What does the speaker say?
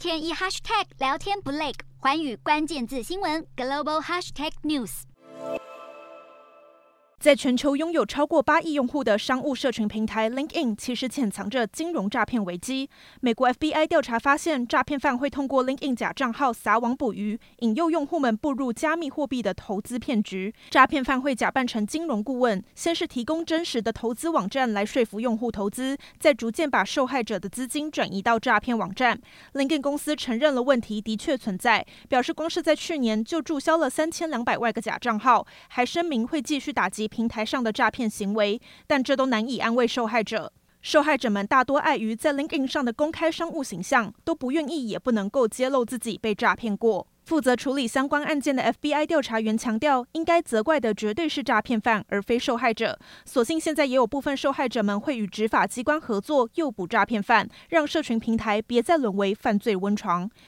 天一 hashtag 聊天不累，寰宇关键字新闻 global hashtag news。 在全球拥有超过8亿用户的商务社群平台 LinkedIn 其实潜藏着金融诈骗危机。美国 FBI 调查发现，诈骗犯会通过 LinkedIn 假账号撒网捕鱼，引诱用户们步入加密货币的投资骗局。诈骗犯会假扮成金融顾问，先是提供真实的投资网站来说服用户投资，再逐渐把受害者的资金转移到诈骗网站。LinkedIn 公司承认了问题的确存在，表示光是在去年就注销了3200万个假账号，还声明会继续打击平台上的诈骗行为，但这都难以安慰受害者。受害者们大多碍于在 LinkedIn 上的公开商务形象，都不愿意也不能够揭露自己被诈骗过。负责处理相关案件的 FBI 调查员强调，应该责怪的绝对是诈骗犯，而非受害者。所幸现在也有部分受害者们会与执法机关合作，诱捕诈骗犯，让社群平台别再沦为犯罪温床。